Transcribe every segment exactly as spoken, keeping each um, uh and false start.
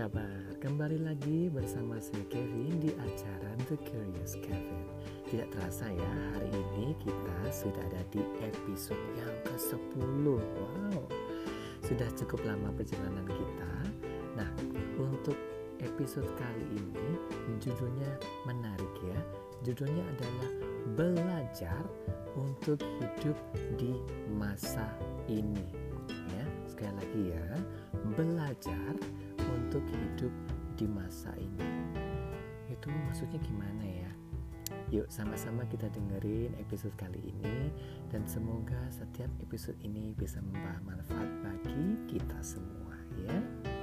kabar? Kembali lagi bersama saya Kevin di acara The Curious Kevin. Tidak terasa ya, hari ini kita sudah ada di episode yang kesepuluh. Wow, sudah cukup lama perjalanan kita. Nah, untuk episode kali ini judulnya menarik ya. Judulnya adalah belajar untuk hidup di masa ini. Ya, sekali lagi ya, belajar untuk hidup di masa ini. Itu maksudnya gimana ya? Yuk sama-sama kita dengerin episode kali ini, dan semoga setiap episode ini bisa membawa manfaat bagi kita semua ya.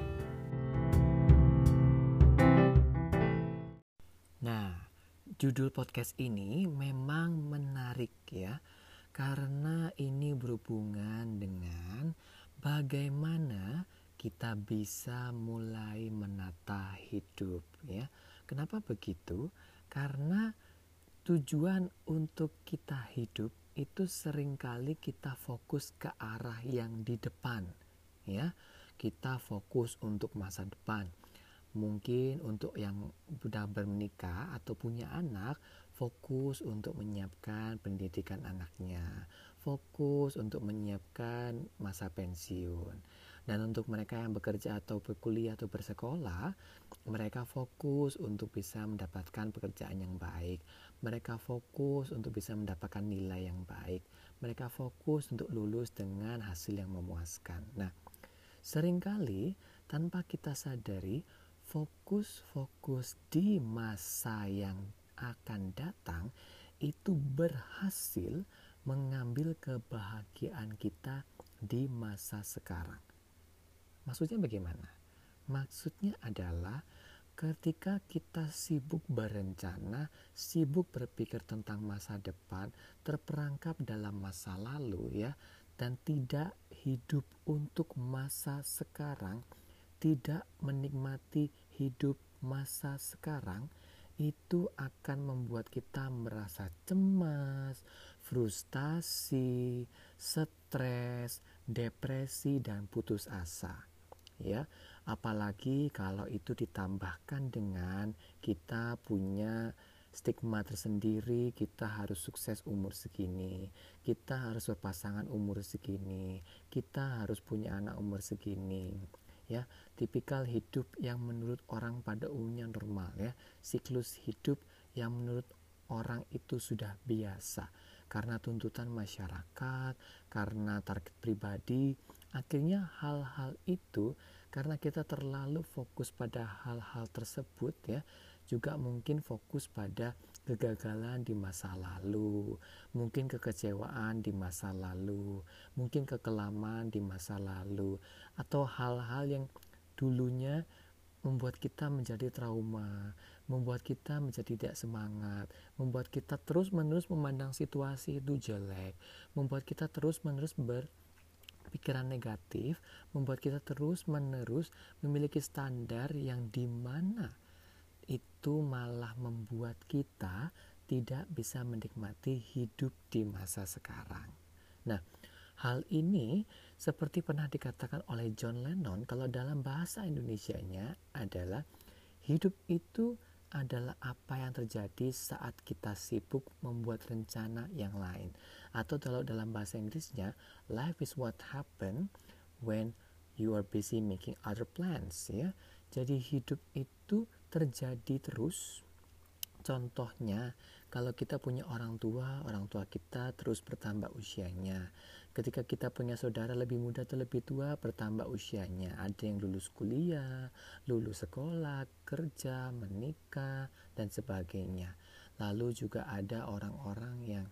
Nah, judul podcast ini memang menarik ya, karena ini berhubungan dengan bagaimana kita bisa mulai menata hidup ya. Kenapa begitu? Karena tujuan untuk kita hidup itu seringkali kita fokus ke arah yang di depan ya. Kita fokus untuk masa depan. Mungkin untuk yang sudah bermenikah atau punya anak, fokus untuk menyiapkan pendidikan anaknya, fokus untuk menyiapkan masa pensiun. Dan untuk mereka yang bekerja atau berkuliah atau bersekolah, mereka fokus untuk bisa mendapatkan pekerjaan yang baik. Mereka fokus untuk bisa mendapatkan nilai yang baik. Mereka fokus untuk lulus dengan hasil yang memuaskan. Nah, seringkali tanpa kita sadari, fokus-fokus di masa yang akan datang itu berhasil mengambil kebahagiaan kita di masa sekarang. Maksudnya bagaimana? Maksudnya adalah ketika kita sibuk berencana, sibuk berpikir tentang masa depan, terperangkap dalam masa lalu ya, dan tidak hidup untuk masa sekarang, tidak menikmati hidup masa sekarang, itu akan membuat kita merasa cemas, frustasi, stres, depresi, dan putus asa. Ya, apalagi kalau itu ditambahkan dengan kita punya stigma tersendiri, kita harus sukses umur segini, kita harus berpasangan umur segini, kita harus punya anak umur segini. Ya, tipikal hidup yang menurut orang pada umumnya normal ya, siklus hidup yang menurut orang itu sudah biasa. Karena tuntutan masyarakat, karena target pribadi, akhirnya hal-hal itu karena kita terlalu fokus pada hal-hal tersebut ya, juga mungkin fokus pada kegagalan di masa lalu, mungkin kekecewaan di masa lalu, mungkin kekelaman di masa lalu, atau hal-hal yang dulunya membuat kita menjadi trauma, membuat kita menjadi tidak semangat, membuat kita terus-menerus memandang situasi itu jelek, membuat kita terus-menerus berpikiran negatif, membuat kita terus-menerus memiliki standar yang dimana itu malah membuat kita tidak bisa menikmati hidup di masa sekarang. Nah, hal ini seperti pernah dikatakan oleh John Lennon, kalau dalam bahasa Indonesianya adalah hidup itu adalah apa yang terjadi saat kita sibuk membuat rencana yang lain. Atau kalau dalam bahasa Inggrisnya, life is what happen when you are busy making other plans ya. Jadi hidup itu terjadi terus. Contohnya, kalau kita punya orang tua, orang tua kita terus bertambah usianya. Ketika kita punya saudara lebih muda atau lebih tua, bertambah usianya. Ada yang lulus kuliah, lulus sekolah, kerja, menikah, dan sebagainya. Lalu juga ada orang-orang yang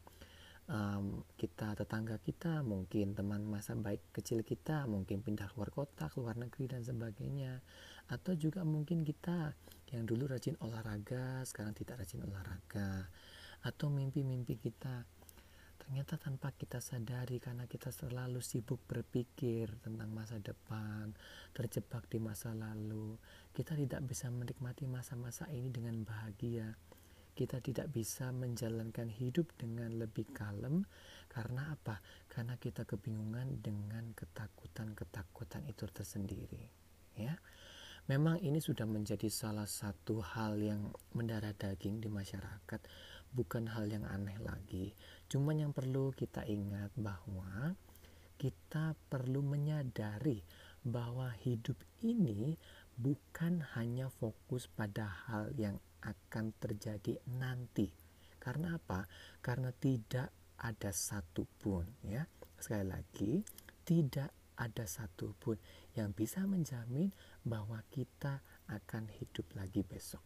um, kita, tetangga kita, mungkin teman masa baik kecil kita, mungkin pindah keluar kota, keluar negeri, dan sebagainya. Atau juga mungkin kita yang dulu rajin olahraga, sekarang tidak rajin olahraga. Atau mimpi-mimpi kita ternyata tanpa kita sadari, karena kita selalu sibuk berpikir tentang masa depan, terjebak di masa lalu, kita tidak bisa menikmati masa-masa ini dengan bahagia. Kita tidak bisa menjalankan hidup dengan lebih kalem. Karena apa? Karena kita kebingungan dengan ketakutan-ketakutan itu tersendiri ya. Memang ini sudah menjadi salah satu hal yang mendarah daging di masyarakat, bukan hal yang aneh lagi. Cuman yang perlu kita ingat bahwa kita perlu menyadari bahwa hidup ini bukan hanya fokus pada hal yang akan terjadi nanti. Karena apa? Karena tidak ada satupun, ya. Sekali lagi, tidak ada satupun yang bisa menjamin bahwa kita akan hidup lagi besok.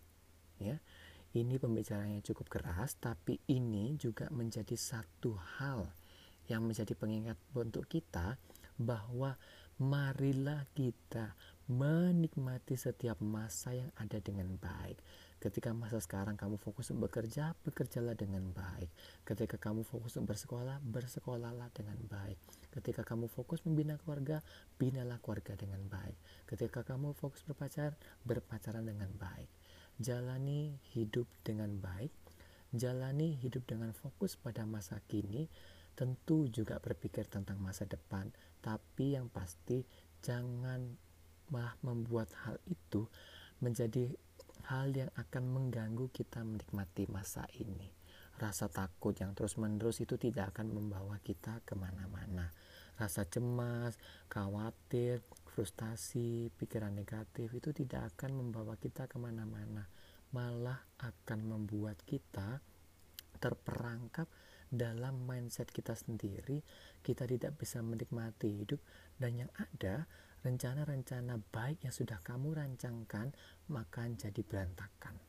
Ya, ini pembicaraannya cukup keras, tapi ini juga menjadi satu hal yang menjadi pengingat untuk kita bahwa marilah kita menikmati setiap masa yang ada dengan baik. Ketika masa sekarang kamu fokus untuk bekerja, bekerjalah dengan baik. Ketika kamu fokus untuk bersekolah, bersekolahlah dengan baik. Ketika kamu fokus membina keluarga, binalah keluarga dengan baik. Ketika kamu fokus berpacar, berpacaran dengan baik. Jalani hidup dengan baik, jalani hidup dengan fokus pada masa kini, tentu juga berpikir tentang masa depan, tapi yang pasti jangan malah membuat hal itu menjadi hal yang akan mengganggu kita menikmati masa ini. Rasa takut yang terus-menerus itu tidak akan membawa kita kemana-mana. Rasa cemas, khawatir, frustasi, pikiran negatif itu tidak akan membawa kita kemana-mana. Malah akan membuat kita terperangkap dalam mindset kita sendiri. Kita tidak bisa menikmati hidup, dan yang ada rencana-rencana baik yang sudah kamu rancangkan maka jadi berantakan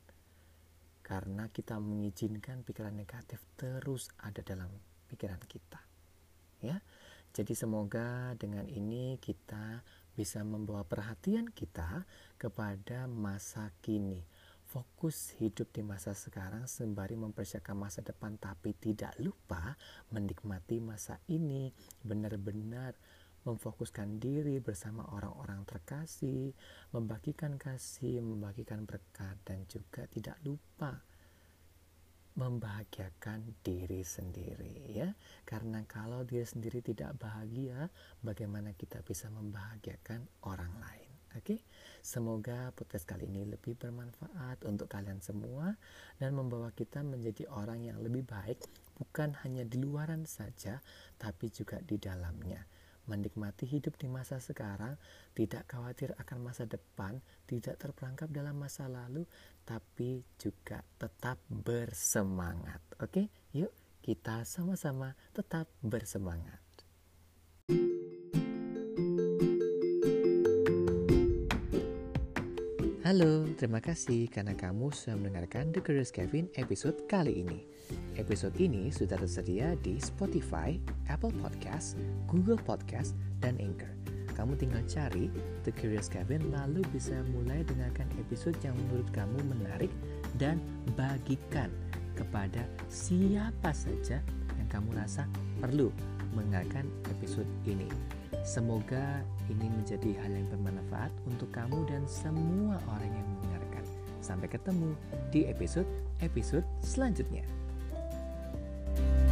karena kita mengizinkan pikiran negatif terus ada dalam pikiran kita, ya. Jadi semoga dengan ini kita bisa membawa perhatian kita kepada masa kini. Fokus hidup di masa sekarang sembari mempersiapkan masa depan, tapi tidak lupa menikmati masa ini. Benar-benar memfokuskan diri bersama orang-orang terkasih, membagikan kasih, membagikan berkat, dan juga tidak lupa membahagiakan diri sendiri, ya. Karena kalau diri sendiri tidak bahagia, bagaimana kita bisa membahagiakan orang lain? Oke, semoga podcast kali ini lebih bermanfaat untuk kalian semua dan membawa kita menjadi orang yang lebih baik, bukan hanya di luaran saja, tapi juga di dalamnya. Menikmati hidup di masa sekarang, tidak khawatir akan masa depan, tidak terperangkap dalam masa lalu, tapi juga tetap bersemangat. Oke, yuk kita sama-sama tetap bersemangat. Halo, terima kasih karena kamu sudah mendengarkan The Curious Kevin episode kali ini. Episode ini sudah tersedia di Spotify, Apple Podcast, Google Podcast, dan Anchor. Kamu tinggal cari The Curious Kevin lalu bisa mulai dengarkan episode yang menurut kamu menarik dan bagikan kepada siapa saja yang kamu rasa perlu mendengarkan episode ini. Semoga ini menjadi hal yang bermanfaat untuk kamu dan semua orang yang mendengarkan. Sampai ketemu di episode-episode selanjutnya.